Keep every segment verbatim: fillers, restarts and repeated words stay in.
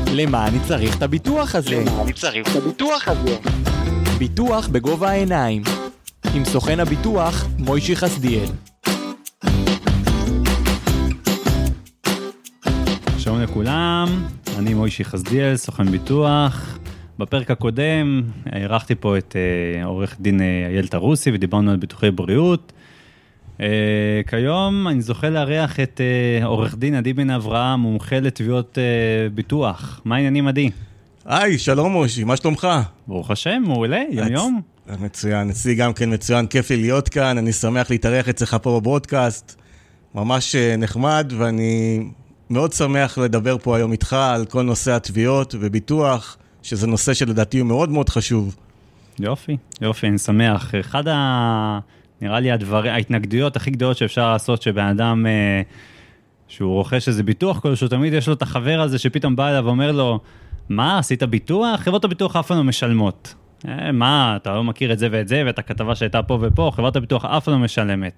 למה אני צריך את הביטוח הזה? למה אני צריך את הביטוח הזה? ביטוח בגובה העיניים. עם סוכן הביטוח מוישי חסדיאל. שלום לכולם, אני מוישי חסדיאל, סוכן ביטוח. בפרק הקודם ערכתי פה את uh, עורך דין איילת הרוסי ודיברנו על ביטוחי בריאות. Uh, כיום אני זוכה לארח את uh, עורך דין עדי בן אברהם, מומחה לתביעות uh, ביטוח. מה העניינים עדי? היי, שלום מוישי, מה שלומך? ברוך השם, מעולה, יום יום. מצוין, אצלי גם כן מצוין, כיף לי להיות כאן, אני שמח להתארח אצלך פה בברודקאסט, ממש נחמד, ואני מאוד שמח לדבר פה היום איתך על כל נושא התביעות וביטוח, שזה נושא שלדעתי הוא מאוד מאוד חשוב. יופי, יופי, אני שמח. אחד ה... נראה לי הדבר... ההתנגדויות הכי גדולות שאפשר לעשות, שבן אדם אה, שהוא רוכש איזה ביטוח כלשהו, תמיד יש לו את החבר הזה שפתאום בא אליו ואומר לו, מה, עשית ביטוח? חברות הביטוח אף פעם לא משלמות. אה, מה, אתה לא מכיר את זה ואת זה, ואת הכתבה שהייתה פה ופה, חברות הביטוח אף פעם לא משלמת.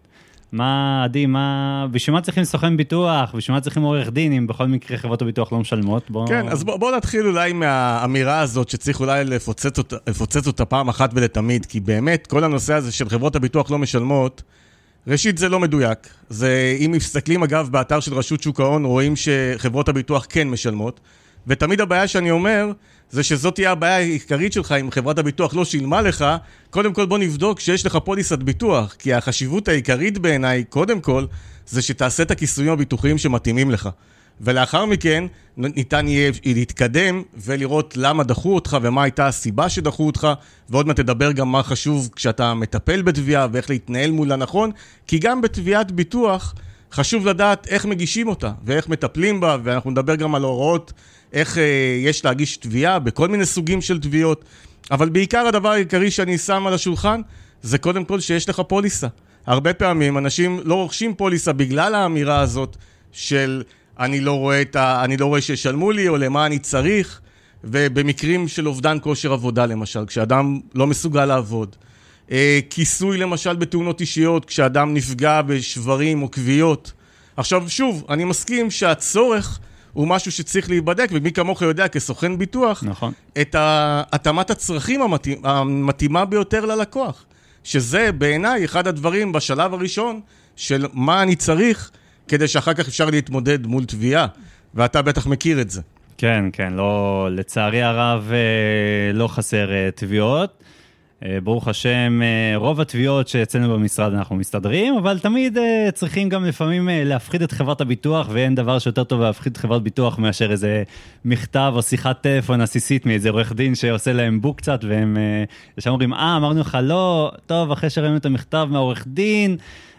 מה, עדי, מה... בשביל מה צריכים סוכן ביטוח? בשביל מה צריכים עורך דין, אם בכל מקרה חברות הביטוח לא משלמות? בוא... כן, אז בוא, בוא נתחיל אולי מהאמירה הזאת, שצריך אולי לפוצץ אותה, לפוצץ אותה פעם אחת ולתמיד, כי באמת כל הנושא הזה של חברות הביטוח לא משלמות, ראשית זה לא מדויק. זה, אם מסתכלים אגב באתר של רשות שוק ההון, רואים שחברות הביטוח כן משלמות, ותמיד הבעיה שאני אומר, זה שזאת תהיה הבעיה העיקרית שלך, אם חברת הביטוח לא שילמה לך, קודם כל בוא נבדוק שיש לך פוליסת ביטוח, כי החשיבות העיקרית בעיניי, קודם כל, זה שתעשה את הכיסויים הביטוחיים שמתאימים לך. ולאחר מכן, ניתן יהיה להתקדם ולראות למה דחו אותך ומה הייתה הסיבה שדחו אותך, ועוד מעט תדבר גם מה חשוב כשאתה מטפל בתביעה ואיך להתנהל מול הנכון, כי גם בתביעת ביטוח חשוב לדעת איך מגישים אותה ואיך מטפלים בה, ואנחנו נדבר גם על הוראות איך אה, יש להגיש תביעה בכל מיני סוגים של תביעות, אבל בעיקר הדבר העיקרי שאני שם על השולחן, זה קודם כל שיש לך פוליסה. הרבה פעמים אנשים לא רוכשים פוליסה בגלל האמירה הזאת של אני לא רואה, את ה, אני לא רואה שישלמו לי או למה אני צריך, ובמקרים של אובדן כושר עבודה למשל, כשאדם לא מסוגל לעבוד. אה, כיסוי למשל בתאונות אישיות, כשאדם נפגע בשברים או קביעות. עכשיו שוב, אני מסכים שהצורך הוא משהו שצריך להיבדק, ומי כמוך יודע כסוכן ביטוח, נכון. את התאמת הצרכים המתאים, המתאימה ביותר ללקוח. שזה בעיניי אחד הדברים בשלב הראשון של מה אני צריך, כדי שאחר כך אפשר להתמודד מול תביעה, ואתה בטח מכיר את זה. כן, כן, לא, לצערי הרב לא חסר תביעות. ברוך השם, רוב התביעות שאצלנו במשרד אנחנו מסתדרים, אבל תמיד צריכים גם לפעמים להפחיד את חברת הביטוח, ואין דבר שיותר טוב להפחיד את חברת ביטוח מאשר איזה מכתב או שיחת טלפון עסיסית מאיזה עורך דין שעושה להם בוק קצת, והם ישר אומרים, אה, אמרנו לך לא, טוב, אחרי שראינו את המכתב מהעורך דין,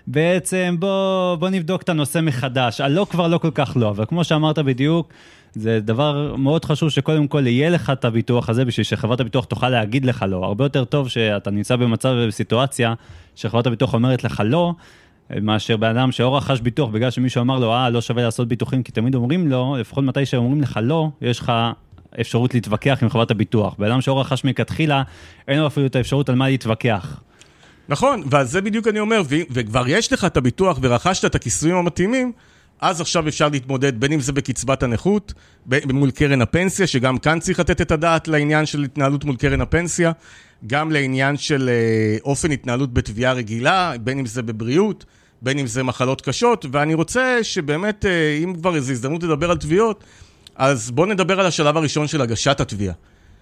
בעצם בוא, בוא נבדוק את הנושא מחדש. הלא כבר לא כל כך לא, אבל כמו שאמרת בדיוק, זה דבר מאוד חשוב שקודם כל יהיה לך את הביטוח הזה, בשביל שחברת הביטוח תוכל להגיד לך לא. הרבה יותר טוב שאתה נמצא במצב ובסיטואציה שחברת הביטוח אומרת לך לא, מאשר באדם שאו רכש ביטוח בגלל שמישהו אמר לו, אה, לא שווה לעשות ביטוחים, כי תמיד אומרים לו, לפחות מתי שאומרים לך לא, יש לך אפשרות להתווכח עם חברת הביטוח. באדם שאו רכש מכתחילה, אין לו אפילו את האפשרות על מה להתווכח. נכון, וזה בדיוק אני אומר, וכבר יש לך את הביטוח ורכשת את הכיסויים המתאימים, אז עכשיו אפשר להתמודד בין אם זה בקצבת הנכות, מול קרן הפנסיה, שגם כאן צריך לתת את הדעת לעניין של התנהלות מול קרן הפנסיה, גם לעניין של אופן התנהלות בתביעה רגילה, בין אם זה בבריאות, בין אם זה מחלות קשות, ואני רוצה שבאמת, אם כבר איזו הזדמנות לדבר על תביעות, אז בוא נדבר על השלב הראשון של הגשת התביעה.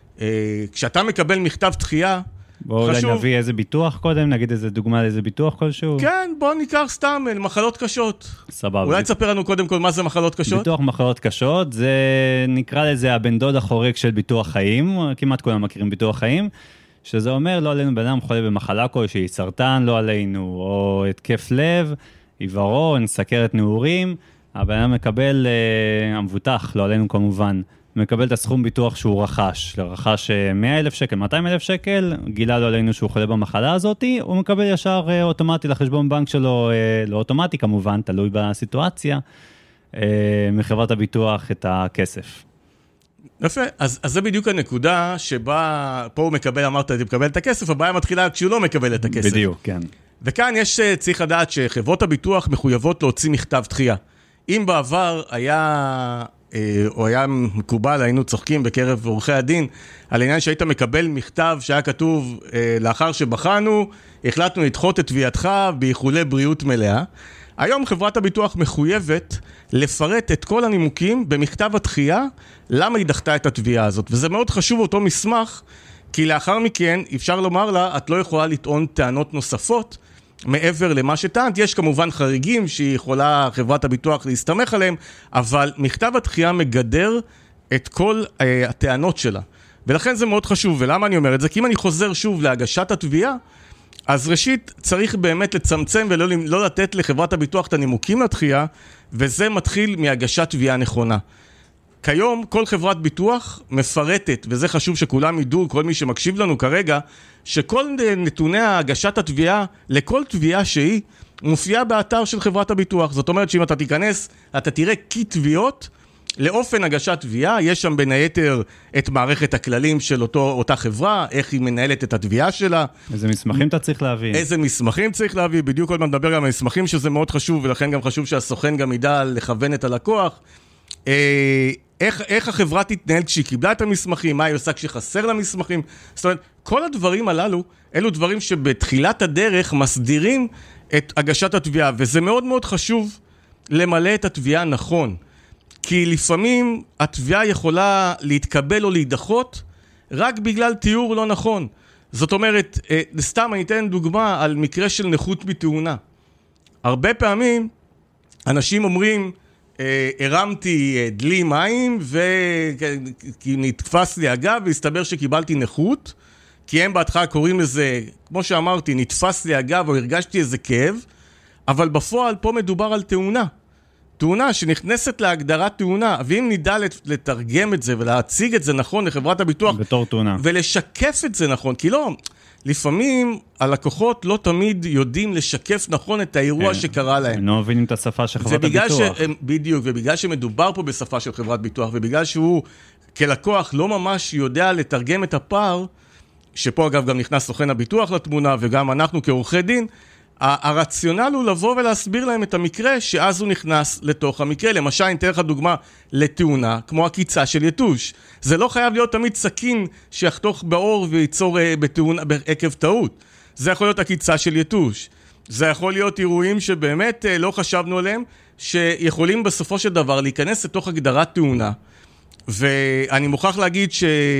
כשאתה מקבל מכתב דחייה, בואו אולי נביא איזה ביטוח קודם, נגיד איזה דוגמה לאיזה ביטוח כלשהו. כן, בואו ניקח סתם מחלות קשות. סבבה. אולי תספר לנו קודם כל מה זה מחלות קשות? ביטוח מחלות קשות, זה נקרא לזה הבן דוד החורק של ביטוח חיים, כמעט כולם מכירים ביטוח חיים, שזה אומר לא עלינו בן אדם חולה במחלה כלשהי, סרטן לא עלינו, או התקף לב, עיוורון, סכרת נעורים, הבן אדם מקבל, המבוטח, לא עלינו כמובן, מקבל את הסכום ביטוח שהוא רכש, לרכש מאה אלף שקל, מאתיים אלף שקל, גילה לו עלינו שהוא חולה במחלה הזאת, הוא מקבל ישר אוטומטי לחשבון בנק שלו, לא אוטומטי כמובן, תלוי בסיטואציה, מחברת הביטוח את הכסף. יפה, אז, אז זה בדיוק הנקודה שבה, פה הוא מקבל, אמרת, הוא מקבל את הכסף, הבעיה מתחילה כשהוא לא מקבל את הכסף. בדיוק, כן. וכאן יש, צריך לדעת שחברות הביטוח מחויבות להוציא מכתב דחייה. אם בעבר היה או היה מקובל, היינו צוחקים בקרב עורכי הדין, על העניין שהיית מקבל מכתב שהיה כתוב, לאחר שבחנו, החלטנו לדחות את תביעתך באיחולי בריאות מלאה. היום חברת הביטוח מחויבת לפרט את כל הנימוקים במכתב התחייה, למה היא דחתה את התביעה הזאת. וזה מאוד חשוב אותו מסמך, כי לאחר מכן אפשר לומר לה, את לא יכולה לטעון טענות נוספות, מעבר למה שטענת. יש כמובן חריגים שיכולה חברת הביטוח להסתמך עליהם, אבל מכתב התחייה מגדר את כל uh, הטענות שלה. ולכן זה מאוד חשוב. ולמה אני אומר את זה? כי אם אני חוזר שוב להגשת התביעה, אז ראשית צריך באמת לצמצם ולא לא לתת לחברת הביטוח את הנימוקים לתחייה, וזה מתחיל מהגשת תביעה נכונה. כיום כל חברת ביטוח מפרטת, וזה חשוב שכולם ידעו, כל מי שמקשיב לנו כרגע, שכל נתוני הגשת התביעה לכל תביעה שהיא מופיעה באתר של חברת הביטוח. זאת אומרת שאם אתה תיכנס, אתה תראה כי תביעות לאופן הגשת תביעה, יש שם בין היתר את מערכת הכללים של אותו, אותה חברה, איך היא מנהלת את התביעה שלה. איזה מסמכים אתה צריך להביא. איזה מסמכים צריך להביא, בדיוק כל מה מדבר גם על מסמכים שזה מאוד חשוב, ולכן גם חשוב שהסוכן גם ידע לכוון את הלקוח. איך, איך החברה תתנהל כשהיא קיבלה את המסמכים, מה היא עושה כשחסר לה מסמכים. זאת אומרת, כל הדברים הללו, אלו דברים שבתחילת הדרך מסדירים את הגשת התביעה, וזה מאוד מאוד חשוב למלא את התביעה נכון. כי לפעמים התביעה יכולה להתקבל או להידחות רק בגלל תיאור לא נכון. זאת אומרת, סתם אני אתן דוגמה על מקרה של נכות בתאונה. הרבה פעמים אנשים אומרים, הרמתי דלי מים ונתפס לי הגב והסתבר שקיבלתי נכות, כי הם בהתחלה קוראים לזה, כמו שאמרתי, נתפס לי הגב או הרגשתי איזה כאב, אבל בפועל פה מדובר על תאונה. תאונה שנכנסת להגדרת תאונה, ואם נדע לתרגם את זה ולהציג את זה נכון לחברת הביטוח, בתור תאונה. ולשקף את זה נכון, כי לא, לפעמים הלקוחות לא תמיד יודעים לשקף נכון את האירוע שקרה להם. הם לא מבינים את השפה של חברת הביטוח. ש... בדיוק, ובגלל שמדובר פה בשפה של חברת ביטוח, ובגלל שהוא כלקוח לא ממש יודע לתרגם את הפער, שפה אגב גם נכנס סוכן הביטוח לתמונה, וגם אנחנו כעורכי דין, הרציונל הוא לבוא ולהסביר להם את המקרה, שאז הוא נכנס לתוך המקרה. למשל, אני אתן לך דוגמה לתאונה, כמו הקיצה של יתוש. זה לא חייב להיות תמיד סכין שיחתוך באור וייצור בתאונה, עקב טעות. זה יכול להיות הקיצה של יתוש. זה יכול להיות אירועים שבאמת לא חשבנו עליהם, שיכולים בסופו של דבר להיכנס לתוך הגדרת תאונה. ואני מוכרח להגיד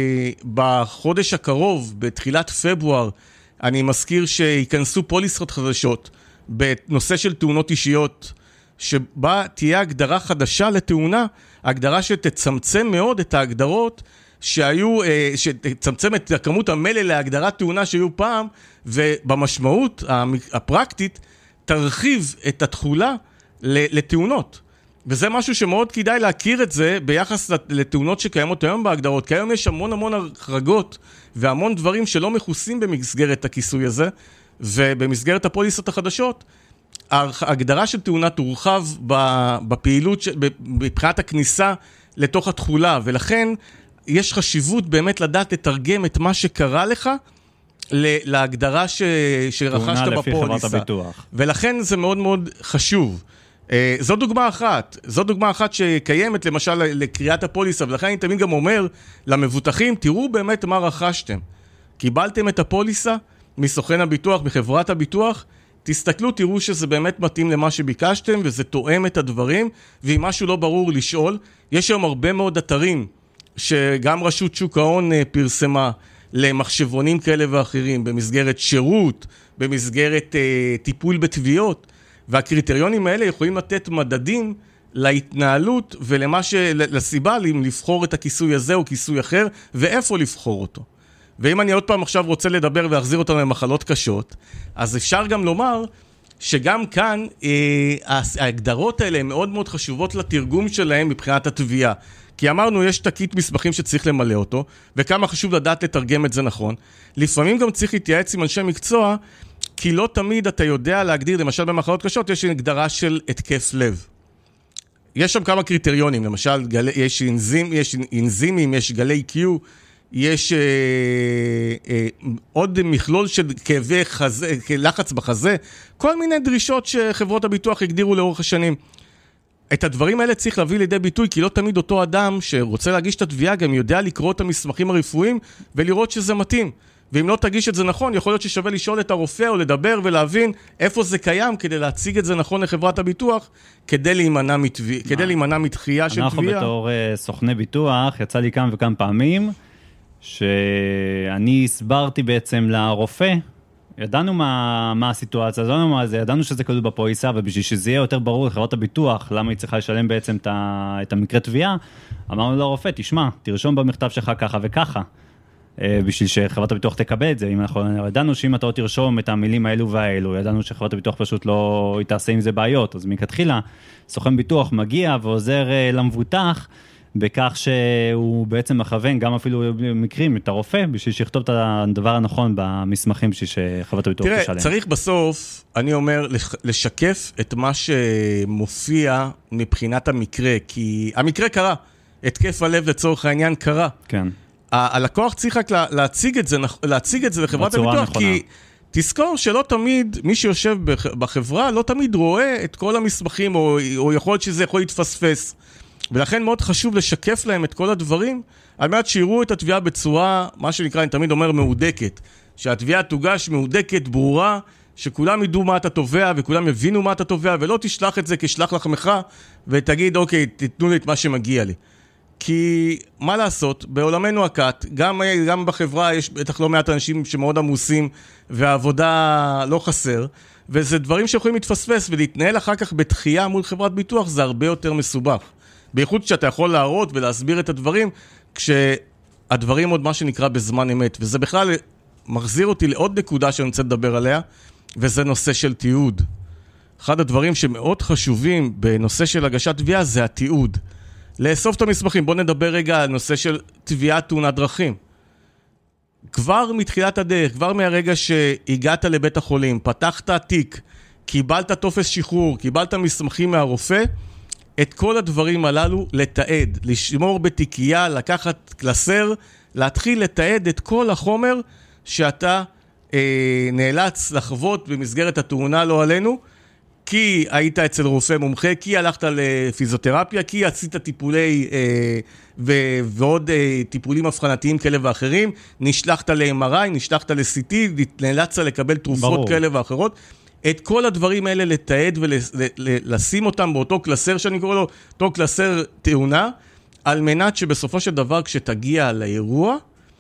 שבחודש הקרוב, בתחילת פברואר, אני מזכיר שיכנסו פוליסות חדשות בנושא של תאונות אישיות, שבה תהיה הגדרה חדשה לתאונה, הגדרה שתצמצם מאוד את ההגדרות שהיו, שתצמצם את כמות המלל להגדרת תאונה שהיו פעם, ובמשמעות הפרקטית תרחיב את התחולה לתאונות. וזה משהו שמאוד כדאי להכיר את זה ביחס לתאונות שקיימות היום בהגדרות, כי היום יש המון המון החרגות והמון דברים שלא מכוסים במסגרת הכיסוי הזה, ובמסגרת הפוליסות החדשות, ההגדרה של תאונה תורחב בפעילות, מבחינת הכניסה לתוך התחולה, ולכן יש חשיבות באמת לדעת לתרגם את מה שקרה לך, להגדרה ש... שרכשת בפוליסה. ולכן זה מאוד מאוד חשוב. זו דוגמה אחת, זו דוגמה אחת שקיימת למשל לקריאת הפוליסה, ולכן אני תמיד גם אומר למבוטחים, תראו באמת מה רכשתם. קיבלתם את הפוליסה מסוכן הביטוח, מחברת הביטוח, תסתכלו, תראו שזה באמת מתאים למה שביקשתם, וזה תואם את הדברים, ואם משהו לא ברור לשאול, יש היום הרבה מאוד אתרים, שגם רשות שוק ההון פרסמה למחשבונים כאלה ואחרים, במסגרת שירות, במסגרת אה, טיפול בתביעות, והקריטריונים האלה יכולים לתת מדדים להתנהלות ולמה ש... לסיבה אם לבחור את הכיסוי הזה או כיסוי אחר, ואיפה לבחור אותו. ואם אני עוד פעם עכשיו רוצה לדבר ואחזיר אותנו למחלות קשות, אז אפשר גם לומר שגם כאן אה, ההגדרות האלה הן מאוד מאוד חשובות לתרגום שלהם מבחינת התביעה. כי אמרנו, יש תקית מסמכים שצריך למלא אותו, וכמה חשוב לדעת לתרגם את זה נכון. לפעמים גם צריך להתייעץ עם אנשי מקצוע, כי לא תמיד אתה יודע להגדיר, למשל במחלות קשות, יש הגדרה של התקף לב. יש שם כמה קריטריונים, למשל, גלי, יש, אנזים, יש אנזימים, יש גלי Q, יש אה, אה, עוד מכלול של כאבי חזה, לחץ בחזה, כל מיני דרישות שחברות הביטוח הגדירו לאורך השנים. את הדברים האלה צריך להביא לידי ביטוי, כי לא תמיד אותו אדם שרוצה להגיש את התביעה גם יודע לקרוא את המסמכים הרפואיים ולראות שזה מתאים. ואם לא תגיש את זה נכון, יכול להיות ששווה לשאול את הרופא או לדבר ולהבין איפה זה קיים כדי להציג את זה נכון לחברת הביטוח, כדי להימנע מתביעה, כדי להימנע מתחייה של תביעה. אנחנו בתור סוכני ביטוח, יצא לי כמה וכמה פעמים, שאני הסברתי בעצם לרופא, ידענו מה, מה הסיטואציה, ידענו מה זה, ידענו שזה כלול בפוליסה, ובשביל שזה יהיה יותר ברור לחברת הביטוח, למה היא צריכה לשלם בעצם את, ה, את המקרה תביעה, אמרנו לרופא, תשמע, תרשום במכתב שלך ככה וככה, בשביל שחברת הביטוח תקבל את זה. אם אנחנו ידענו שאם אתה תרשום את המילים האלו והאלו, ידענו שחברת הביטוח פשוט לא תעשה עם זה בעיות, אז מכתחילה, סוכן ביטוח מגיע ועוזר למבוטח, בכך שהוא בעצם מכוון גם אפילו מקרים את הרופא, בשביל שיכתוב את הדבר הנכון במסמכים בשביל שחברת הביטוח תשלם. תראה, צריך בסוף, אני אומר, לשקף את מה שמופיע מבחינת המקרה, כי המקרה קרה, התקף הלב לצורך העניין קרה. כן. הלקוח צריך רק להציג את זה, להציג את זה לחברת הביטוח, כי תזכור שלא תמיד, מי שיושב בחברה, לא תמיד רואה את כל המסמכים, או, או יכול להיות שזה יכול להתפספס. ולכן מאוד חשוב לשקף להם את כל הדברים, על מנת שיראו את התביעה בצורה, מה שנקרא, אני תמיד אומר, מהודקת. שהתביעה תוגש מהודקת, ברורה, שכולם ידעו מה אתה תובע, וכולם יבינו מה אתה תובע, ולא תשלח את זה כשלח לחמך, ותגיד, אוקיי, תתנו לי את מה שמגיע לי. כי מה לעשות, בעולמנו הקט, גם, גם בחברה יש בטח לא מעט אנשים שמאוד עמוסים, והעבודה לא חסר, וזה דברים שיכולים להתפספס, ולהתנהל אחר כך בתחייה מול חברת ביטוח, זה הרבה יותר מסובך. בייחוד שאתה יכול להראות ולהסביר את הדברים, כשהדברים עוד מה שנקרא בזמן אמת, וזה בכלל מחזיר אותי לעוד נקודה שאני רוצה לדבר עליה, וזה נושא של תיעוד. אחד הדברים שמאוד חשובים בנושא של הגשת תביעה, זה התיעוד. לאסוף את המסמכים, בוא נדבר רגע על נושא של תביעת תאונת דרכים. כבר מתחילת הדרך, כבר מהרגע שהגעת לבית החולים, פתחת תיק, קיבלת טופס שחרור, קיבלת מסמכים מהרופא, את כל הדברים הללו לתעד, לשמור בתיקייה, לקחת קלסר, להתחיל לתעד את כל החומר שאתה אה, נאלץ לחוות במסגרת התאונה לא עלינו, כי היית אצל רופא מומחה, כי הלכת לפיזיותרפיה, כי עשית טיפולי אה, ו- ועוד אה, טיפולים הבחנתיים כאלה ואחרים, נשלחת ל-אם אר איי, נשלחת ל-סי טי, נאלצת לקבל תרופות ברור. כאלה ואחרות. את כל הדברים האלה לתעד ולשים אותם באותו קלסר שאני קורא לו, אותו קלסר תאונה, על מנת שבסופו של דבר כשתגיע לאירוע,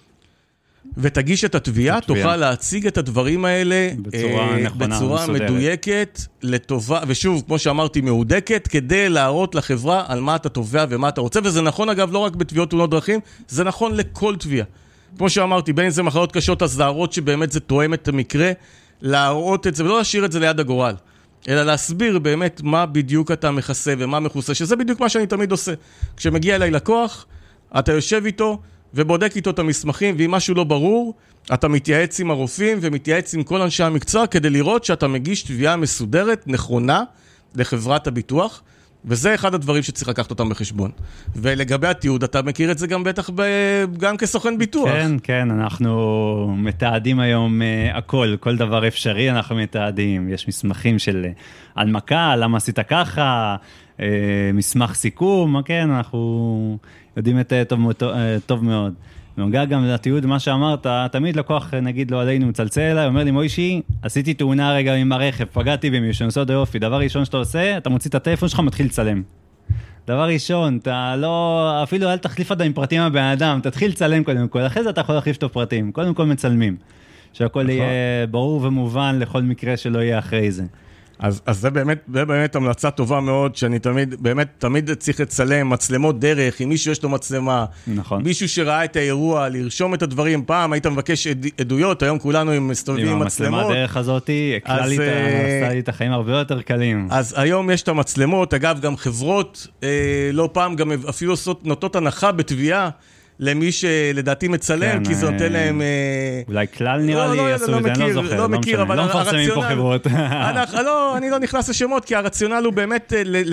ותגיש את התביעה, תוכל להציג את הדברים האלה בצורה אה, נכונה, בצורה מסודרת. מדויקת, לטובה, ושוב, כמו שאמרתי, מהודקת, כדי להראות לחברה על מה אתה תובע ומה אתה רוצה, וזה נכון אגב לא רק בתביעות תאונות דרכים, זה נכון לכל תביעה. כמו שאמרתי, בין אם זה מחלות קשות, אז להראות שבאמת זה תואם את המקרה, להראות את זה, ולא להשאיר את זה ליד הגורל, אלא להסביר באמת מה בדיוק אתה מכסה ומה מכוסה, שזה בדיוק מה שאני תמיד עושה. כשמגיע אליי לקוח, אתה יושב איתו ובודק איתו את המסמכים, ואם משהו לא ברור, אתה מתייעץ עם הרופאים ומתייעץ עם כל אנשי המקצוע, כדי לראות שאתה מגיש תביעה מסודרת, נכונה, לחברת הביטוח, וזה אחד הדברים שצריך לקחת אותם בחשבון. ולגבי התיעוד, אתה מכיר את זה גם בטח ב... גם כסוכן ביטוח. כן, כן, אנחנו מתעדים היום uh, הכל, כל דבר אפשרי אנחנו מתעדים. יש מסמכים של הנמקה, למה עשית ככה, uh, מסמך סיכום, כן, אנחנו יודעים את טוב, טוב, טוב מאוד. ונוגע גם לתיעוד, מה שאמרת, תמיד לקוח, נגיד לו עלינו, מצלצל אליי, אומר לי, מוישי, עשיתי תאונה רגע עם הרכב, פגעתי במישהו, נעשה עוד יופי, דבר ראשון שאתה עושה, אתה מוציא את הטלפון שלך, מתחיל לצלם. דבר ראשון, אתה לא, אפילו אל תחליף עדיין פרטים מהבן אדם, תתחיל לצלם קודם כל, אחרי זה אתה יכול להחליף את הפרטים, קודם כל מצלמים, שהכל יהיה ברור ומובן לכל מקרה שלא יהיה אחרי זה. אז, אז זה באמת, זה באמת המלצה טובה מאוד, שאני תמיד, באמת, תמיד צריך לצלם מצלמות דרך, אם מישהו יש לו מצלמה, נכון. מישהו שראה את האירוע, לרשום את הדברים, פעם היית מבקש עד, עדויות, היום כולנו מסתובבים עם מצלמות. עם המצלמה דרך הזאת, הקלה לי, עשתה לי את החיים הרבה יותר קלים. אז היום יש את המצלמות, אגב, גם חברות, אה, לא פעם גם אפילו נותנות הנחה בתביעה, למי שלדעתי מצלם, כי זה נותן להם... אולי כלל נראה לי עשו את זה, אני לא זוכר, לא מכיר, אבל הרציונל... לא, אני לא נכנס לשמות, כי הרציונל הוא באמת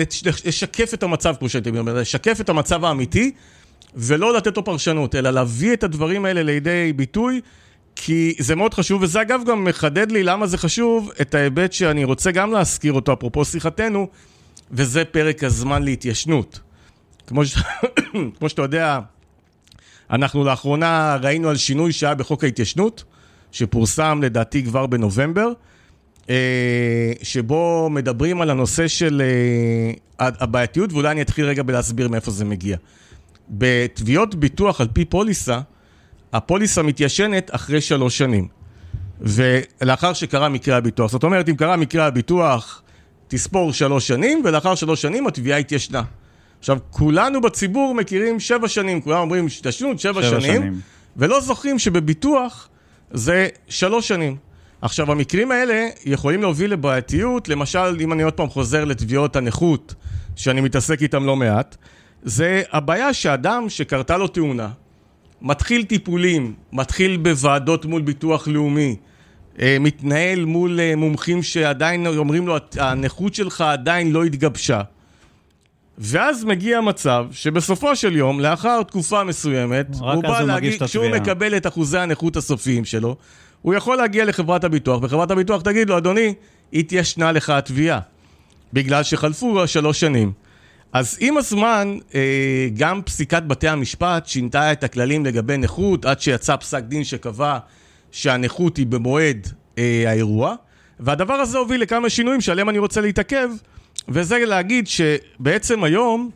לשקף את המצב, כמו שאתם אומרים, לשקף את המצב האמיתי, ולא לתת לו פרשנות, אלא להביא את הדברים האלה לידי ביטוי, כי זה מאוד חשוב, וזה אגב גם מחדד לי למה זה חשוב, את ההיבט שאני רוצה גם להזכיר אותו, אפרופו שיחתנו, וזה פרק הזמן להתיישנות. כמו, ש... כמו שאתה יודע, אנחנו לאחרונה ראינו על שינוי שהיה בחוק ההתיישנות, שפורסם לדעתי כבר בנובמבר, שבו מדברים על הנושא של הבעייתיות, ואולי אני אתחיל רגע בלהסביר מאיפה זה מגיע. בתביעות ביטוח על פי פוליסה, הפוליסה מתיישנת אחרי שלוש שנים, ולאחר שקרה מקרה הביטוח. זאת אומרת, אם קרה מקרה הביטוח, תספור שלוש שנים, ולאחר שלוש שנים התביעה התיישנה. עכשיו, כולנו בציבור מכירים שבע שנים, כולם אומרים התיישנות שבע, שבע שנים, שנים, ולא זוכרים שבביטוח זה שלוש שנים. עכשיו, המקרים האלה יכולים להוביל לבעייתיות, למשל, אם אני עוד פעם חוזר לתביעות הנכות, שאני מתעסק איתם לא מעט, זה הבעיה שאדם שקרתה לו תאונה, מתחיל טיפולים, מתחיל בוועדות מול ביטוח לאומי, מתנהל מול מומחים שעדיין אומרים לו, הנכות שלך עדיין לא התגבשה. ואז מגיע מצב שבסופו של יום, לאחר תקופה מסוימת, הוא בא להגיד, כשהוא מקבל את אחוזי הנכות הסופיים שלו, הוא יכול להגיע לחברת הביטוח, וחברת הביטוח תגיד לו, אדוני, התיישנה לך התביעה, בגלל שחלפו שלוש שנים. אז עם הזמן, גם פסיקת בתי המשפט שינתה את הכללים לגבי נכות, עד שיצא פסק דין שקבע שהנכות היא במועד האירוע, והדבר הזה הוביל לכמה שינויים שעליהם אני רוצה להתעכב, וזה להגיד שבעצם היום,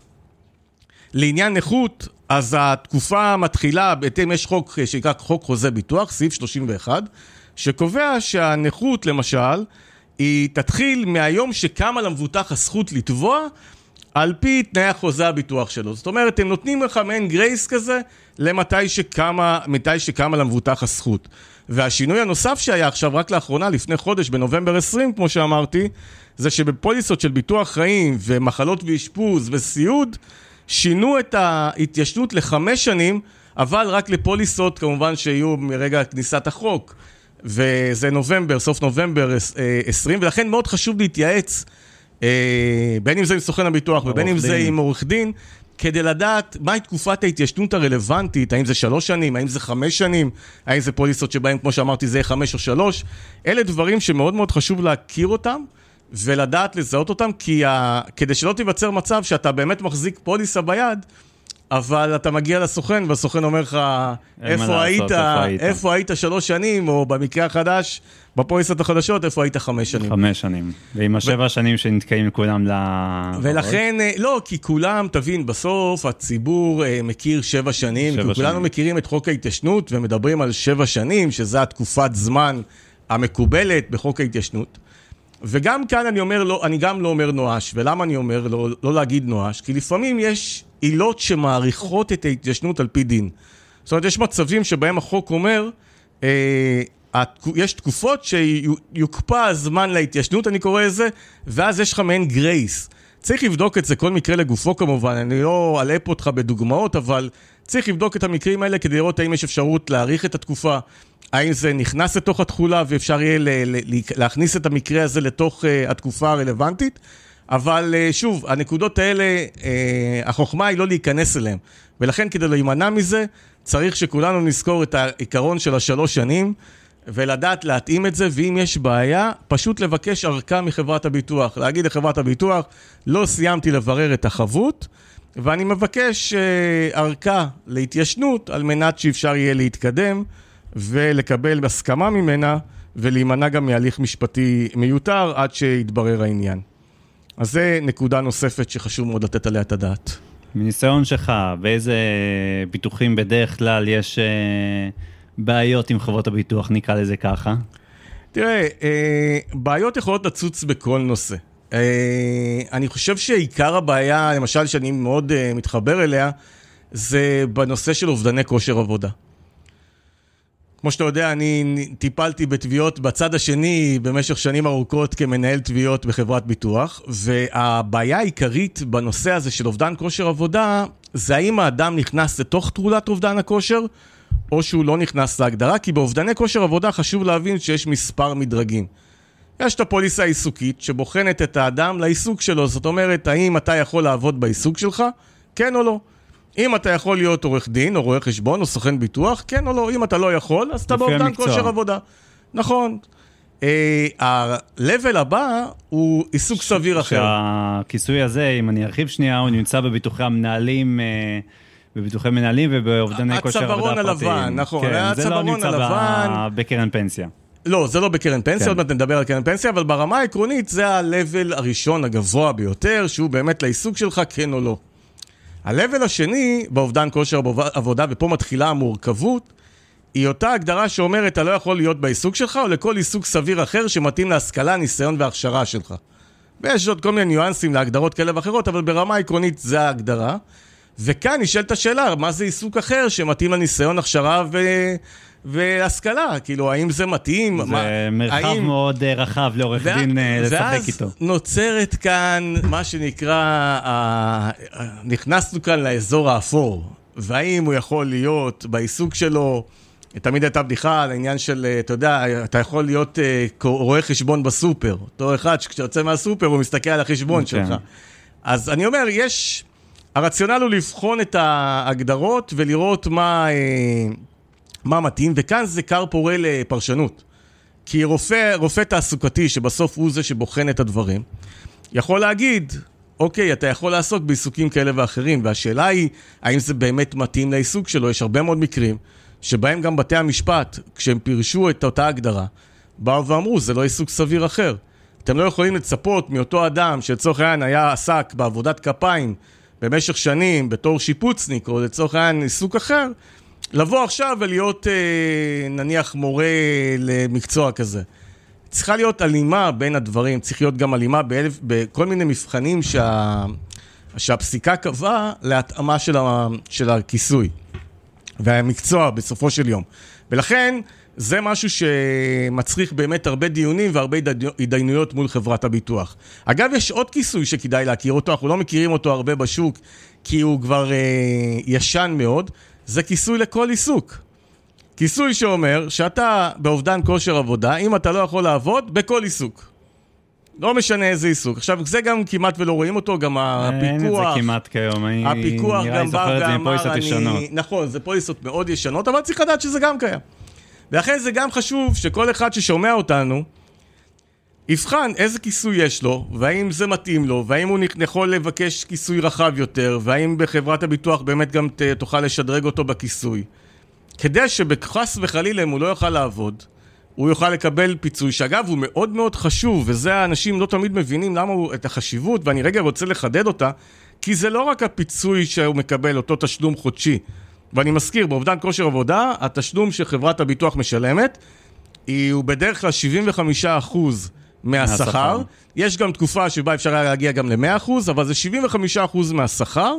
לעניין נכות, אז התקופה מתחילה, בהתאם יש חוק שנקרא חוק חוזה ביטוח, סעיף שלושים ואחת, שקובע שהנכות למשל, היא תתחיל מהיום שקמה למבוטח הזכות לתבוע, על פי תנאי החוזה הביטוח שלו. זאת אומרת, הם נותנים לך מעין גרייס כזה, למתי שקמה, מתי שקמה למבוטח הזכות. והשינוי הנוסף שהיה עכשיו רק לאחרונה, לפני חודש, בנובמבר עשרים, כמו שאמרתי, זה שבפוליסות של ביטוח חיים ומחלות ואשפוז וסיוד, שינו את ההתיישנות לחמש שנים, אבל רק לפוליסות כמובן שיהיו מרגע כניסת החוק. וזה נובמבר, סוף נובמבר עשרים, ולכן מאוד חשוב להתייעץ, בין אם זה עם סוכן הביטוח ובין אם זה עם עורך דין, כדי לדעת מהי תקופת ההתיישנות הרלוונטית, האם זה שלוש שנים, האם זה חמש שנים, האם זה פוליסות שבהם, כמו שאמרתי, זה חמש או שלוש. אלה דברים שמאוד מאוד חשוב להכיר אותם, ולדעת לזהות אותם, כי ה... כדי שלא תיווצר מצב שאתה באמת מחזיק פוליסה ביד, אבל אתה מגיע לסוכן, והסוכן אומר לך, איפה היית, איפה היית שלוש שנים, או במקרה החדש, בפוליסות החדשות, איפה היית חמש שנים. חמש שנים. ועם השבע שנים שנתקעים כולם ל... ולכן, לא, כי כולם, תבין, בסוף הציבור מכיר שבע שנים, כי כולנו מכירים את חוק ההתיישנות, ומדברים על שבע שנים, שזה התקופת זמן המקובלת בחוק ההתיישנות. וגם כאן אני אומר, לא, אני גם לא אומר נואש, ולמה אני אומר לא, לא להגיד נואש? כי לפעמים יש עילות שמעריכות את ההתיישנות על פי דין. זאת אומרת, יש מצבים שבהם החוק אומר, אה, יש תקופות שיוקפא הזמן להתיישנות, אני קורא לזה, ואז יש לך מעין גרייס. צריך לבדוק את זה, כל מקרה לגופו כמובן, אני לא אלאפ אותך בדוגמאות, אבל צריך לבדוק את המקרים האלה כדי לראות האם יש אפשרות להאריך את התקופה, האם זה נכנס לתוך התחולה ואפשר יהיה להכניס את המקרה הזה לתוך התקופה הרלוונטית, אבל שוב, הנקודות האלה, החוכמה היא לא להיכנס אליהן, ולכן כדי להימנע מזה, צריך שכולנו נזכור את העיקרון של השלוש שנים, ולדעת להתאים את זה, ואם יש בעיה, פשוט לבקש ארכה מחברת הביטוח, להגיד לחברת הביטוח, לא סיימתי לברר את החבות, ואני מבקש ארכה להתיישנות, על מנת שאפשר יהיה להתקדם, ולקבל הסכמה ממנה, ולהימנע גם מהליך משפטי מיותר, עד שיתברר העניין. אז זה נקודה נוספת שחשוב מאוד לתת עליה את הדעת. מניסיון שלך, באיזה ביטוחים בדרך כלל יש בעיות עם חברות הביטוח, נקרא לזה ככה? תראה, בעיות יכולות לצוץ בכל נושא. אני חושב שעיקר הבעיה, למשל שאני מאוד מתחבר אליה, זה בנושא של אובדני כושר עבודה. כמו שאתה יודע, אני טיפלתי בתביעות בצד השני במשך שנים ארוכות כמנהל תביעות בחברת ביטוח, והבעיה העיקרית בנושא הזה של אובדן כושר עבודה, זה האם האדם נכנס לתוך תחולת אובדן הכושר, או שהוא לא נכנס להגדרה, כי באובדני כושר עבודה חשוב להבין שיש מספר מדרגים. יש את הפוליסה העיסוקית שבוחנת את האדם לעיסוק שלו, זאת אומרת, האם אתה יכול לעבוד בעיסוק שלך, כן או לא. אם אתה יכול להיות עורך דין, או רואה חשבון, או סוכן ביטוח, כן או לא. אם אתה לא יכול, אז אתה באובדן כושר עבודה. נכון. ה-level הבא הוא עיסוק סביר אחר. שהכיסוי הזה, אם אני ארחיב שנייה, הוא נמצא בביטוחי המנהלים, בביטוחי מנהלים ובאובדני כושר עבודה פרטיים. הצווארון הלבן, נכון. כן, זה לא נמצא בקרן פנסיה. לא, זה לא בקרן פנסיה, עוד מעט נדבר על קרן פנסיה, אבל ברמה העקרונית זה ה-level הראשון הגבוה ביותר, שהוא באמת לעיסוק שלך, כן או לא. ה-level השני, באובדן כושר עבודה, ופה מתחילה המורכבות, היא אותה הגדרה שאומרת, אתה לא יכול להיות בעיסוק שלך, או לכל עיסוק סביר אחר שמתאים להשכלה, ניסיון והכשרה שלך. ויש עוד כל מיני ניואנסים להגדרות כאלה ואחרות, אבל ברמה העקרונית זה ההגדרה. וכאן נשאלת השאלה, מה זה עיסוק אחר שמתאים לניסיון, הכשרה ו... והשכלה? כאילו, האם זה מתאים? זה מה... מרחב האם... מאוד רחב לעורך וה... דין לשחק איתו. ואז נוצרת כאן מה שנקרא, ה... נכנסנו כאן לאזור האפור. והאם הוא יכול להיות בעיסוק שלו, תמיד הייתה בדיחה על העניין של, אתה יודע, אתה יכול להיות uh, רואה חשבון בסופר. אותו אחד שכשיוצא מהסופר הוא מסתכל על החשבון okay. שלך. אז אני אומר, יש, הרציונל הוא לבחון את ההגדרות ולראות מה, uh, מה מתאים, וכאן זה קר פורה לפרשנות. כי רופא, רופא תעסוקתי שבסוף הוא זה שבוחן את הדברים, יכול להגיד, אוקיי, אתה יכול לעסוק בעיסוקים כאלה ואחרים, והשאלה היא, האם זה באמת מתאים לעיסוק שלו? יש הרבה מאוד מקרים שבהם גם בתי המשפט, כשהם פירשו את אותה הגדרה, באו ואמרו, זה לא עיסוק סביר אחר. אתם לא יכולים לצפות מאותו אדם שלצורך העניין היה עסק בעבודת כפיים במשך שנים, בתור שיפוצניק, או לצורך העניין עיסוק אחר, לבוא עכשיו ולהיות נניח מורה למקצוע כזה. צריכה להיות אלימה בין הדברים, צריך להיות גם אלימה באלף, בכל מיני מבחנים שה, שהפסיקה קבעה להתאמה של, ה, של הכיסוי והמקצוע בסופו של יום. ולכן זה משהו שמצריך באמת הרבה דיונים והרבה התדיינויות מול חברת הביטוח. אגב, יש עוד כיסוי שכדאי להכיר אותו, אנחנו לא מכירים אותו הרבה בשוק, כי הוא כבר אה, ישן מאוד, זה כיסוי לכל עיסוק. כיסוי שאומר שאתה באובדן כושר עבודה, אם אתה לא יכול לעבוד, בכל עיסוק. לא משנה איזה עיסוק. עכשיו, זה גם כמעט ולא רואים אותו, גם הפיקוח. אין את זה כמעט כיום. הפיקוח גם בא ואמר, אני... נכון, זה פוליסות מאוד ישנות, אבל צריך לדעת שזה גם קיים. ולכן זה גם חשוב שכל אחד ששומע אותנו, יבחן איזה כיסוי יש לו, והאם זה מתאים לו, והאם הוא יכול לבקש כיסוי רחב יותר, והאם בחברת הביטוח באמת גם תוכל לשדרג אותו בכיסוי. כדי שבחס וחלילה אם הוא לא יוכל לעבוד, הוא יוכל לקבל פיצוי, שאגב הוא מאוד מאוד חשוב, וזה האנשים לא תמיד מבינים למה הוא את החשיבות, ואני רגע רוצה לחדד אותה, כי זה לא רק הפיצוי שהוא מקבל, אותו תשלום חודשי. ואני מזכיר, באובדן כושר עבודה, התשלום שחברת הביטוח משלמת, הוא בדרך כלל שבעים וחמישה אחוז מהשכר. מהשכר. יש גם תקופה שבה אפשר להגיע גם ל-מאה אחוז, אבל זה שבעים וחמישה אחוז מהשכר,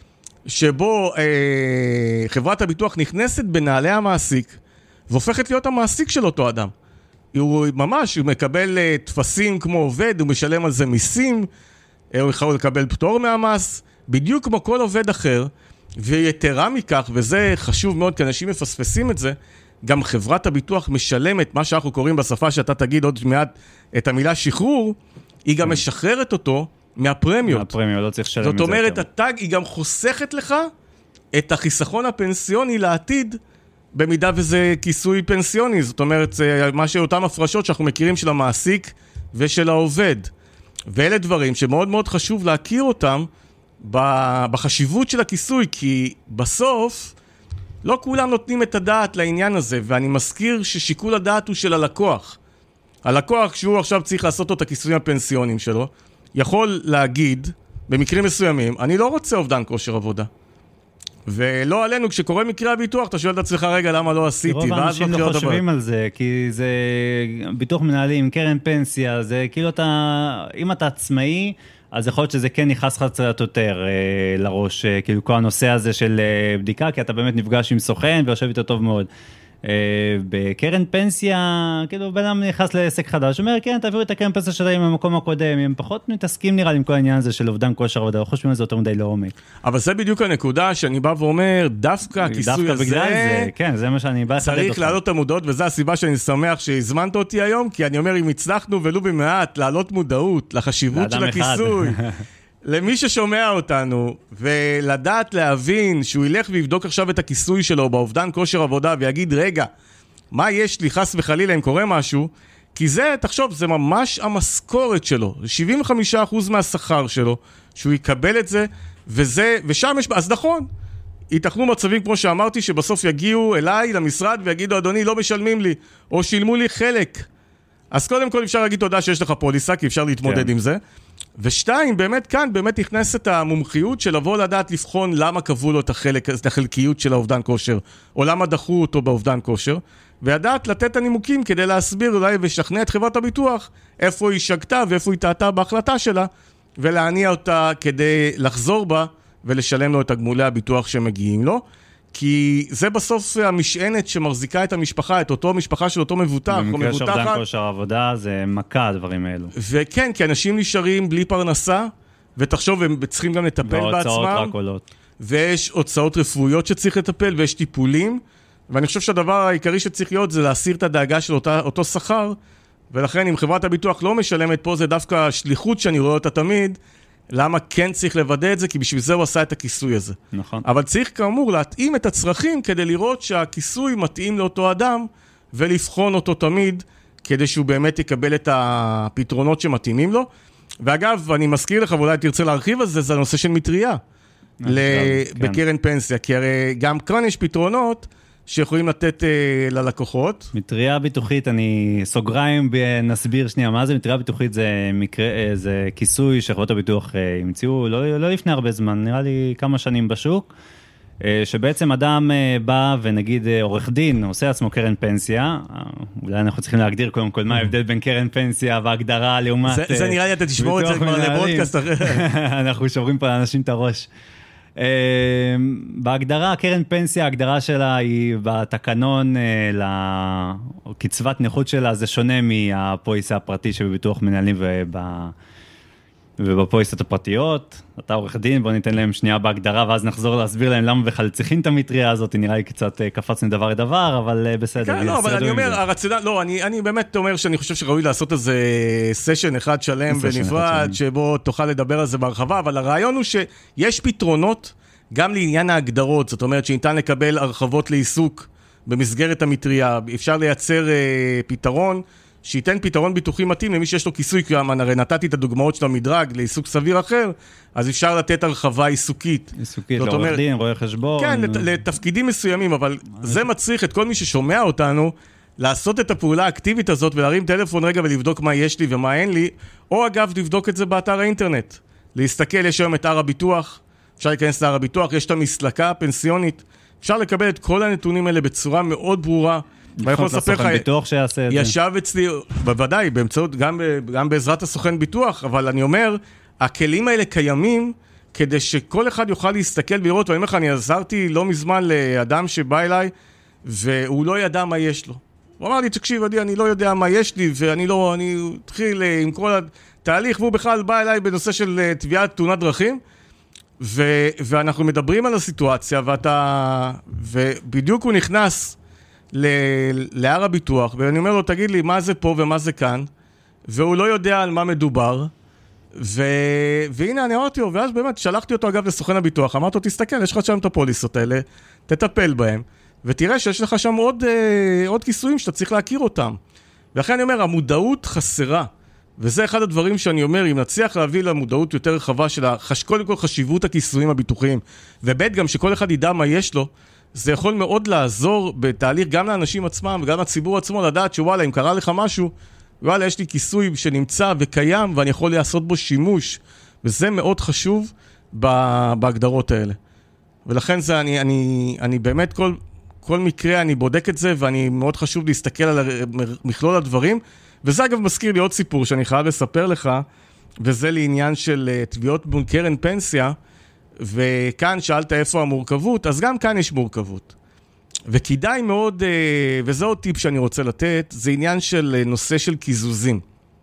שבו אה, חברת הביטוח נכנסת בנעלי המעסיק, והופכת להיות המעסיק של אותו אדם. הוא ממש, הוא מקבל אה, תפסים כמו עובד, הוא משלם על זה מיסים, אה, הוא יכול לקבל פטור מהמס, בדיוק כמו כל עובד אחר, ויתרה מכך, וזה חשוב מאוד, כי אנשים מפספסים את זה, גם חברת הביטוח משלמת, מה שאנחנו קוראים בשפה שאתה תגיד עוד מעט את המילה שחרור, היא גם משחררת אותו, מהפרמיות. מהפרמיות, לא צריך לשלם את זה. זאת אומרת, הטאג היא גם חוסכת לך את החיסכון הפנסיוני לעתיד, במידה וזה כיסוי פנסיוני. זאת אומרת, זה מה שאותן הפרשות שאנחנו מכירים של המעסיק ושל העובד. ואלה דברים שמאוד מאוד חשוב להכיר אותם בחשיבות של הכיסוי, כי בסוף לא כולם נותנים את הדעת לעניין הזה, ואני מזכיר ששיקול הדעת הוא של הלקוח. הלקוח, כשהוא עכשיו צריך לעשות את הכיסויים הפנסיוניים שלו, יכול להגיד, במקרים מסוימים, אני לא רוצה אובדן כושר עבודה. ולא עלינו, כשקורה מקרה הביטוח, אתה שואל את עצמך, רגע, למה לא עשיתי? רוב האנשים לא חושבים על זה, כי זה ביטוח מנהלים, קרן פנסיה, זה כאילו אתה, אם אתה עצמאי, אז יכול להיות שזה כן נכנס לך קצת יותר אה, לראש, אה, כאילו כל הנושא הזה של אה, בדיקה, כי אתה באמת נפגש עם סוכן ויושב איתו טוב מאוד. בקרן פנסיה, כאילו בן אדם נכנס לעסק חדש, אומר, כן, תעבירו את הקרן פנסיה שלהם במקום הקודם, הם פחות מתעסקים נראה לי עם כל העניין הזה של אובדן כושר עבודה, לא חושבים על זה יותר מדי לעומק. אבל זה בדיוק הנקודה שאני בא ואומר, דווקא הכיסוי הזה, זה, כן, זה מה שאני בא לחדד אותך. צריך להעלות את המודעות, וזו הסיבה שאני שמח שהזמנת אותי היום, כי אני אומר, אם הצלחנו ולו במעט להעלות מודעות לחשיבות של הכיסוי, למי ששומע אותנו, ולדעת להבין שהוא ילך ויבדוק עכשיו את הכיסוי שלו באובדן כושר עבודה, ויגיד, רגע, מה יש לי חס וחלילה אם קורה משהו? כי זה, תחשוב, זה ממש המשכורת שלו, שבעים וחמישה אחוז מהשכר שלו, שהוא יקבל את זה, וזה, ושם יש, אז נכון, ייתכנו מצבים, כמו שאמרתי, שבסוף יגיעו אליי למשרד ויגידו, אדוני, לא משלמים לי, או שילמו לי חלק. אז קודם כל אפשר להגיד תודה שיש לך פוליסה, כי אפשר להתמודד כן. עם זה. ושתיים, באמת כאן, באמת נכנסת המומחיות של לבוא לדעת לבחון למה קבעו לו את החלק, את החלקיות של האובדן כושר, או למה דחו אותו באובדן כושר, וידעת לתת את הנימוקים כדי להסביר אולי ושכנע את חברת הביטוח, איפה היא שגתה ואיפה היא טעתה בהחלטה שלה, ולהניע אותה כדי לחזור בה, ולשלם לו את הגמולי הביטוח שמגיעים לו, כי זה בסוף המשענת שמחזיקה את המשפחה, את אותו משפחה של אותו מבוטח או מבוטחת. במקרה שאובדן כושר עבודה זה מכה הדברים האלו. וכן, כי אנשים נשארים בלי פרנסה, ותחשוב, הם צריכים גם לטפל בעצמם. והוצאות רק עולות. ויש הוצאות רפואיות שצריך לטפל, ויש טיפולים, ואני חושב שהדבר העיקרי שצריך להיות זה להסיר את הדאגה של אותה, אותו שכר, ולכן אם חברת הביטוח לא משלמת פה, זה דווקא השליחות שאני רואה אותה תמיד, למה כן צריך לוודא את זה? כי בשביל זה הוא עשה את הכיסוי הזה. נכון. אבל צריך כאמור להתאים את הצרכים כדי לראות שהכיסוי מתאים לאותו אדם, ולבחון אותו תמיד, כדי שהוא באמת יקבל את הפתרונות שמתאימים לו. ואגב, אני מזכיר לך, ואולי תרצה להרחיב על זה, זה הנושא של מטריה. בקרן פנסיה, כי הרי גם כאן יש פתרונות, שיכולים לתת uh, ללקוחות. מטריה ביטוחית, אני סוגריים, נסביר שנייה, מה זה מטריה ביטוחית? זה, מקרה, זה כיסוי שחברות הביטוח uh, המציאו, לא, לא לפני הרבה זמן, נראה לי כמה שנים בשוק, uh, שבעצם אדם uh, בא ונגיד uh, עורך דין, עושה עצמו קרן פנסיה, uh, אולי אנחנו צריכים להגדיר קודם כל מה ההבדל בין קרן פנסיה והגדרה לעומת... זה, uh, זה נראה לי, אתה תשמור את זה כבר לבודקאסט אחר. אנחנו שוברים פה לאנשים את הראש. בהגדרה, קרן פנסיה, ההגדרה שלה היא בתקנון לקצבת נכות שלה, זה שונה מהפוליסה הפרטי שבביטוח מנהלים ובפוליסות הפרטיות. אתה עורך דין, בוא ניתן להם שנייה בהגדרה, ואז נחזור להסביר להם למה בכלל צריכים את המטריה הזאת, נראה לי קצת קפצנו דבר לדבר, אבל בסדר. כן, לא, אבל אני אומר, הרציונל, לא, אני באמת אומר שאני חושב שראוי לעשות איזה סשן אחד שלם ונפרד, שבו תוכל לדבר על זה בהרחבה, אבל הרעיון הוא שיש פתרונות גם לעניין ההגדרות, זאת אומרת שניתן לקבל הרחבות לעיסוק במסגרת המטריה, אפשר לייצר פתרון, שייתן פתרון ביטוחי מתאים למי שיש לו כיסוי, כי הרי נתתי את הדוגמאות של המדרג לעיסוק סביר אחר, אז אפשר לתת הרחבה עיסוקית. עיסוקית, לעורך דין, רואה חשבון. כן, לת, לתפקידים מסוימים, אבל זה מצריך את כל מי ששומע אותנו, לעשות את הפעולה האקטיבית הזאת, ולהרים טלפון רגע ולבדוק מה יש לי ומה אין לי, או אגב, לבדוק את זה באתר האינטרנט. להסתכל, יש היום את הר הביטוח, אפשר להיכנס להר הביטוח, יש את המסלקה הפנסיונית, אפשר לקבל את כל הנתונים האלה בצורה מאוד ברורה, ואני יכול לספר לך, ישב אצלי, בוודאי, באמצעות, גם, גם בעזרת הסוכן ביטוח, אבל אני אומר, הכלים האלה קיימים, כדי שכל אחד יוכל להסתכל ולראות, ואני אומר לך, אני עזרתי לא מזמן לאדם שבא אליי, והוא לא ידע מה יש לו. הוא אמר לי, תקשיב, עדי, אני לא יודע מה יש לי, ואני לא, אני התחיל עם כל התהליך, והוא בכלל בא אליי בנושא של תביעת תאונת דרכים, ו, ואנחנו מדברים על הסיטואציה, ואתה, ובדיוק הוא נכנס, להר הביטוח, ואני אומר לו, תגיד לי, מה זה פה ומה זה כאן? והוא לא יודע על מה מדובר, ו... והנה אני אמרתי לו, ואז באמת שלחתי אותו אגב לסוכן הביטוח, אמרתי לו, תסתכל, יש לך שם את הפוליסות האלה, תטפל בהם, ותראה שיש לך שם עוד, עוד כיסויים שאתה צריך להכיר אותם. ולכן אני אומר, המודעות חסרה, וזה אחד הדברים שאני אומר, אם נצליח להביא למודעות יותר רחבה של החש... קודם כל חשיבות הכיסויים הביטוחיים, ובית גם שכל אחד ידע מה יש לו, זה יכול מאוד לעזור בתהליך גם לאנשים עצמם וגם לציבור עצמו לדעת שוואלה, אם קרה לך משהו, וואלה, יש לי כיסוי שנמצא וקיים ואני יכול לעשות בו שימוש, וזה מאוד חשוב בהגדרות האלה. ולכן זה, אני, אני, אני באמת כל, כל מקרה אני בודק את זה, ואני מאוד חשוב להסתכל על מכלול הדברים, וזה אגב מזכיר לי עוד סיפור שאני חייב לספר לך, וזה לעניין של תביעות קרן פנסיה, וכאן שאלת איפה המורכבות, אז גם כאן יש מורכבות. וכדאי מאוד, וזה עוד טיפ שאני רוצה לתת, זה עניין של נושא של קיזוזים.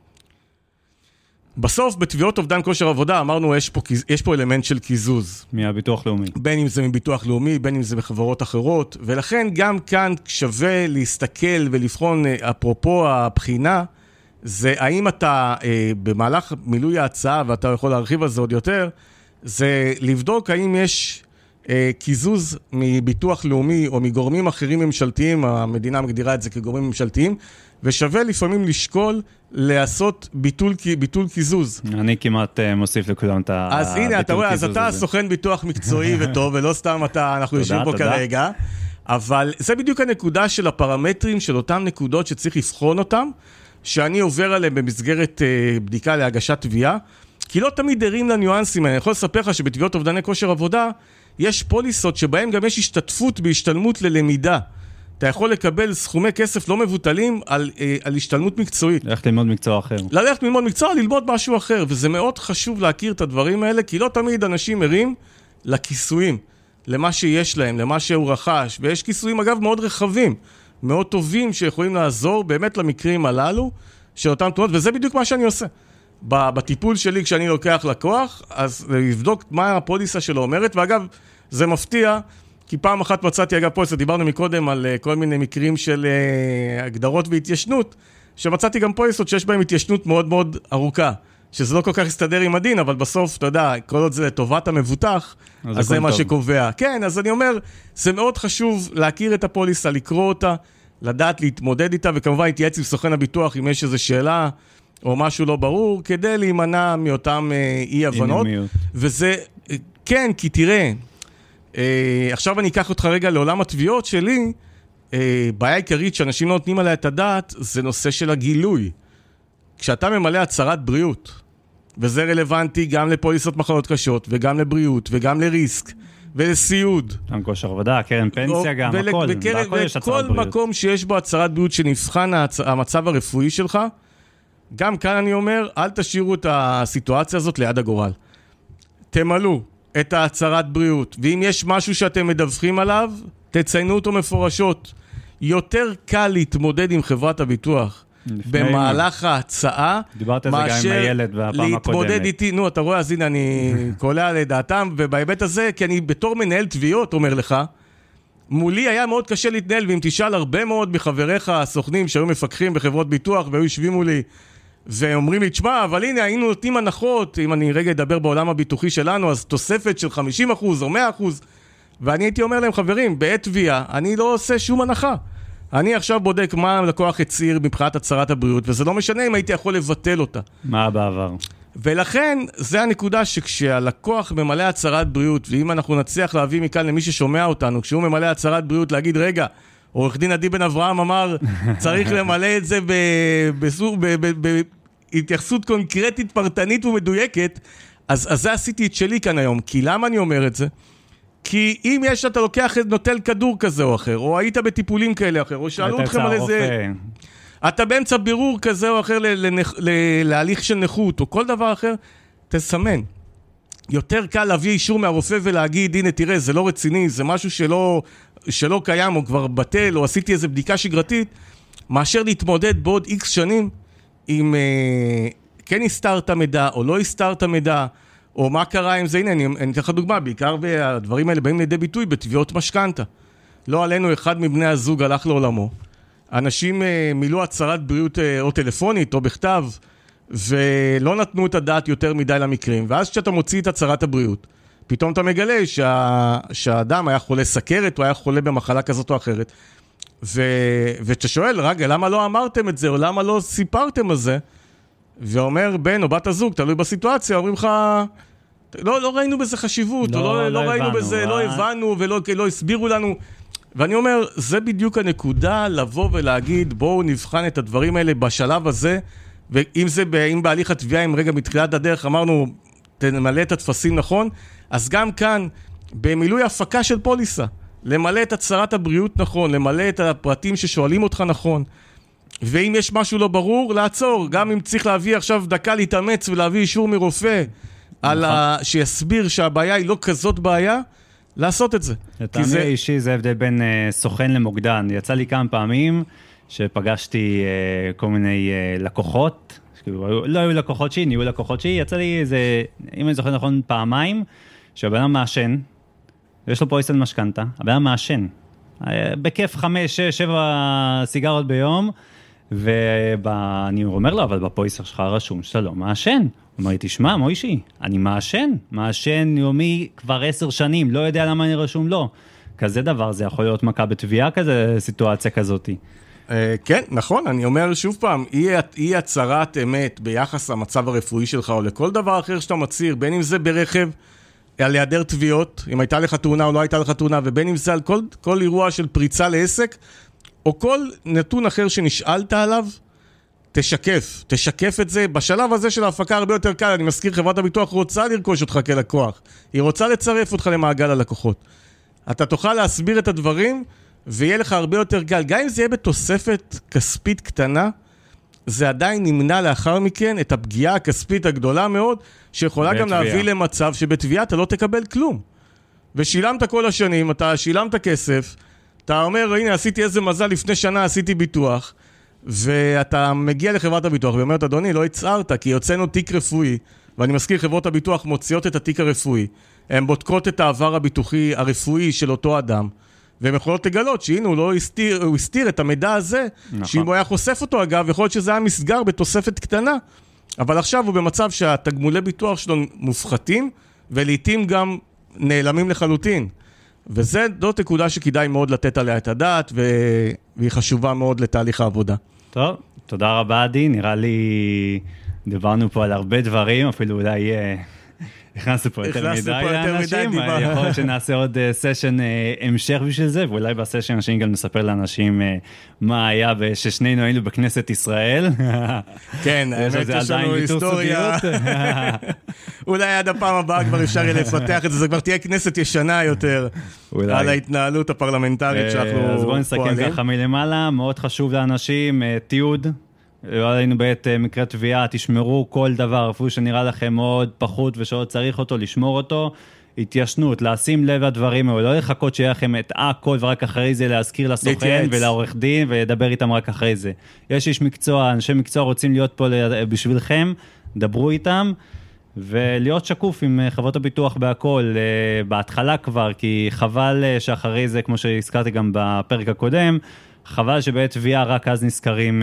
בסוף, בתביעות אובדן כושר עבודה, אמרנו, יש פה, יש פה אלמנט של קיזוז. מהביטוח לאומי. בין אם זה מביטוח לאומי, בין אם זה בחברות אחרות, ולכן גם כאן שווה להסתכל ולבחון, אפרופו הבחינה, זה האם אתה, במהלך מילוי ההצעה, ואתה יכול להרחיב על זה עוד יותר, זה לבדוק האם יש קיזוז מביטוח לאומי או מגורמים אחרים ממשלתיים, המדינה מגדירה את זה כגורמים ממשלתיים, ושווה לפעמים לשקול לעשות ביטול, ביטול קיזוז. אני כמעט מוסיף לכולם את הביטול קיזוז הזה. אז הנה, אתה רואה, אז אתה סוכן ביטוח מקצועי וטוב, ולא סתם אתה, אנחנו יושבים פה כרגע, אבל זה בדיוק הנקודה של הפרמטרים, של אותם נקודות שצריך לבחון אותם, שאני עובר עליהם במסגרת בדיקה להגשת תביעה, כי לא תמיד ערים לניואנסים. אני יכול לספר לך שבתביעות אובדני כושר עבודה, יש פוליסות שבהם גם יש השתתפות בהשתלמות ללמידה. אתה יכול לקבל סכומי כסף לא מבוטלים על, על השתלמות מקצועית. ללכת ללמוד מקצוע אחר. ללכת ללמוד מקצוע, ללמוד משהו אחר, וזה מאוד חשוב להכיר את הדברים האלה, כי לא תמיד אנשים ערים לכיסויים, למה שיש להם, למה שהוא רכש, ויש כיסויים אגב מאוד רחבים, מאוד טובים שיכולים לעזור באמת למקרים הללו של אותם תאונות, וזה בדיוק מה שאני עושה. בטיפול שלי כשאני לוקח לקוח, אז לבדוק מה הפוליסה שלו אומרת, ואגב, זה מפתיע, כי פעם אחת מצאתי, אגב פוליסה, דיברנו מקודם על כל מיני מקרים של הגדרות והתיישנות, שמצאתי גם פוליסות שיש בהם התיישנות מאוד מאוד ארוכה, שזה לא כל כך יסתדר עם הדין, אבל בסוף, אתה יודע, כל עוד זה לטובת המבוטח, אז, אז זה מה טוב. שקובע. כן, אז אני אומר, זה מאוד חשוב להכיר את הפוליסה, לקרוא אותה, לדעת להתמודד איתה, וכמובן להתייעץ עם סוכן הביטוח, אם יש איזו שאלה, או משהו לא ברור, כדי להימנע מאותם אה, אי-הבנות. וזה, אה, כן, כי תראה, אה, עכשיו אני אקח אותך רגע לעולם התביעות שלי, אה, בעיה עיקרית שאנשים לא נותנים עליה את הדעת, זה נושא של הגילוי. כשאתה ממלא הצהרת בריאות, וזה רלוונטי גם לפוליסות מחלות קשות, וגם לבריאות, וגם לריסק, ולסיוד. גם כושר עבודה, קרן פנסיה גם, ול, הכל. וקרן, וכל מקום שיש בו הצהרת בריאות שנבחן הצ... המצב הרפואי שלך, גם כאן אני אומר, אל תשאירו את הסיטואציה הזאת ליד הגורל. תמלאו את ההצהרת בריאות, ואם יש משהו שאתם מדווחים עליו, תציינו אותו מפורשות. יותר קל להתמודד עם חברת הביטוח במהלך ההצעה, דיברת על זה גם עם הילד והפעם להתמודד איתי, נו, אתה רואה, אז הנה, אני קולע לדעתם, ובהיבט הזה, כי אני בתור מנהל תביעות אומר לך, מולי היה מאוד קשה להתנהל, ואם תשאל הרבה מאוד מחבריך הסוכנים שהיו מפקחים בחברות ביטוח, והיו יושבים מולי, ואומרים לי, תשמע, אבל הנה, היינו נותנים הנחות, אם אני רגע אדבר בעולם הביטוחי שלנו, אז תוספת של חמישים אחוז או מאה אחוז, ואני הייתי אומר להם, חברים, בעת תביעה, אני לא עושה שום הנחה. אני עכשיו בודק מה הלקוח הצהיר מבחינת הצהרת הבריאות, וזה לא משנה אם הייתי יכול לבטל אותה. מה בעבר? ולכן, זה הנקודה שכשהלקוח ממלא הצהרת בריאות, ואם אנחנו נצליח להביא מכאן למי ששומע אותנו, כשהוא ממלא הצהרת בריאות, להגיד, רגע, עורך דין עדי בן אברהם אמר, צריך למלא את זה בהתייחסות קונקרטית, פרטנית ומדויקת, אז, אז זה עשיתי את שלי כאן היום. כי למה אני אומר את זה? כי אם יש, אתה לוקח, נוטל כדור כזה או אחר, או היית בטיפולים כאלה אחר, או שאלו אתכם על איזה... אתה באמצע בירור כזה או אחר לנכ... להליך של נכות, או כל דבר אחר, תסמן. יותר קל להביא אישור מהרופא ולהגיד, הנה תראה, זה לא רציני, זה משהו שלא, שלא קיים, או כבר בטל, או עשיתי איזו בדיקה שגרתית, מאשר להתמודד בעוד איקס שנים, אם אה, כן הסתרת מידע, או לא הסתרת מידע, או מה קרה עם זה. הנה, אני, אני אתן לך דוגמה, בעיקר והדברים האלה באים לידי ביטוי בתביעות משכנתה. לא עלינו, אחד מבני הזוג הלך לעולמו. אנשים אה, מילאו הצהרת בריאות אה, או טלפונית או בכתב, ולא נתנו את הדעת יותר מדי למקרים. ואז כשאתה מוציא את הצהרת הבריאות, פתאום אתה מגלה שה, שהאדם היה חולה סכרת, או היה חולה במחלה כזאת או אחרת. ו, ואתה שואל, רגע, למה לא אמרתם את זה, או למה לא סיפרתם על זה? ואומר, בן או בת הזוג, תלוי בסיטואציה, אומרים לך, לא, לא ראינו בזה חשיבות, לא, או לא, לא, לא ראינו הבנו, בזה, לא הבנו, ולא לא הסבירו לנו. ואני אומר, זה בדיוק הנקודה, לבוא ולהגיד, בואו נבחן את הדברים האלה בשלב הזה, ואם זה, אם בהליך התביעה, אם רגע מתחילת הדרך, אמרנו, תמלא את התפסים נכון, אז גם כאן, במילוי הפקה של פוליסה, למלא את הצהרת הבריאות נכון, למלא את הפרטים ששואלים אותך נכון, ואם יש משהו לא ברור, לעצור. גם אם צריך להביא עכשיו דקה להתאמץ ולהביא אישור מרופא, על ה... שיסביר שהבעיה היא לא כזאת בעיה, לעשות את זה. לטעמי זה... אישי זה הבדל בין uh, סוכן למוקדן. יצא לי כמה פעמים שפגשתי uh, כל מיני uh, לקוחות, לא היו לקוחות שלי, נהיו לקוחות שלי, יצא לי איזה, אם אני זוכר נכון, פעמיים, שהבן אדם מעשן, ויש לו פוליסת משכנתה, הבן אדם מעשן, בכיף חמש, שש, שבע סיגרות ביום, ואני אומר לו, אבל בפוליסה שלך רשום שאתה לא מעשן. הוא אומר לי, תשמע, מוישי, אני מעשן, מעשן יומי כבר עשר שנים, לא יודע למה אני רשום לא. כזה דבר, זה יכול להיות מכה בתביעה כזה, סיטואציה כזאת. כן, נכון, אני אומר שוב פעם, אי הצהרת אמת ביחס למצב הרפואי שלך, או לכל דבר אחר שאתה מצהיר, בין אם זה ברכב, על היעדר תביעות, אם הייתה לך תאונה או לא הייתה לך תאונה, ובין אם זה על כל, כל אירוע של פריצה לעסק, או כל נתון אחר שנשאלת עליו, תשקף, תשקף את זה. בשלב הזה של ההפקה הרבה יותר קל, אני מזכיר, חברת הביטוח רוצה לרכוש אותך כלקוח, היא רוצה לצרף אותך למעגל הלקוחות. אתה תוכל להסביר את הדברים, ויהיה לך הרבה יותר קל. גם אם זה יהיה בתוספת כספית קטנה, זה עדיין נמנע לאחר מכן את הפגיעה הכספית הגדולה מאוד, שיכולה גם להביא למצב שבתביעה אתה לא תקבל כלום. ושילמת כל השנים, אתה שילמת כסף, אתה אומר, הנה, עשיתי איזה מזל, לפני שנה עשיתי ביטוח, ואתה מגיע לחברת הביטוח ואומרת, אדוני, לא הצערת, כי יוצאנו תיק רפואי, ואני מזכיר, חברות הביטוח מוציאות את התיק הרפואי, הן בודקות את העבר הביטוחי הרפואי של אותו אדם, והן יכולות לגלות שהנה הוא לא הסתיר, הוא הסתיר את המידע הזה, נכון. שאם הוא היה חושף אותו אגב, יכול להיות שזה היה מסגר בתוספת קטנה, אבל עכשיו הוא במצב שהתגמולי ביטוח שלו מופחתים, ולעיתים גם נעלמים לחלוטין. וזה זאת נקודה שכדאי מאוד לתת עליה את הדעת, והיא חשובה מאוד לתהליך העבודה. טוב, תודה רבה עדי, נראה לי דיברנו פה על הרבה דברים, אפילו אולי הכנסנו פה יותר מדי לאנשים, יכול להיות שנעשה עוד סשן המשך בשביל זה, ואולי בסשן אנשים גם נספר לאנשים מה היה ששנינו היינו בכנסת ישראל. כן, האמת יש לנו היסטוריה. אולי עד הפעם הבאה כבר אפשר יהיה לפתח את זה, זה כבר תהיה כנסת ישנה יותר, על ההתנהלות הפרלמנטרית שאנחנו פועלים. אז בואו נסכם ככה מלמעלה, מאוד חשוב לאנשים, תיעוד, לא עלינו בעת מקרה תביעה, תשמרו כל דבר, אפילו שנראה לכם מאוד פחות ושעוד צריך אותו, לשמור אותו, התיישנות, לשים לב לדברים, אבל לא לחכות שיהיה לכם את הכל ורק אחרי זה להזכיר לסוכן ולעורך דין ולדבר איתם רק אחרי זה. יש איש מקצוע, אנשי מקצוע רוצים להיות פה בשבילכם, דברו איתם, ולהיות שקוף עם חברות הביטוח בהכל, בהתחלה כבר, כי חבל שאחרי זה, כמו שהזכרתי גם בפרק הקודם, חבל שבעת תביעה רק אז נזכרים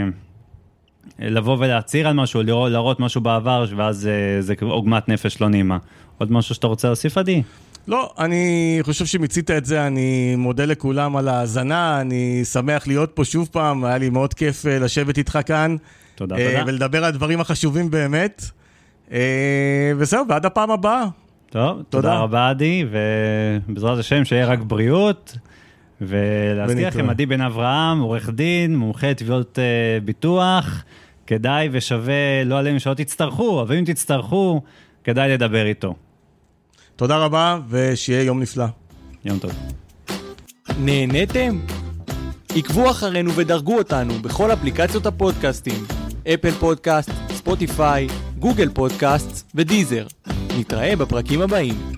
לבוא ולהצהיר על משהו, להראות משהו בעבר, ואז זה עוגמת נפש לא נעימה. עוד משהו שאתה רוצה להוסיף, עדי? לא, אני חושב שמיצית את זה, אני מודה לכולם על ההאזנה, אני שמח להיות פה שוב פעם, היה לי מאוד כיף לשבת איתך כאן. תודה, תודה. ולדבר על הדברים החשובים באמת. וזהו, ועד הפעם הבאה. טוב, תודה רבה עדי, ובעזרת השם שיהיה רק בריאות, ולהזכיר לכם, עדי בן אברהם, עורך דין, מומחה תביעות ביטוח, כדאי ושווה, לא עליהם שלא תצטרכו, אבל אם תצטרכו, כדאי לדבר איתו. תודה רבה, ושיהיה יום נפלא. יום טוב. נהניתם? עקבו אחרינו ודרגו אותנו בכל אפליקציות הפודקאסטים, אפל פודקאסט, ספוטיפיי, גוגל פודקאסט ודיזר. נתראה בפרקים הבאים.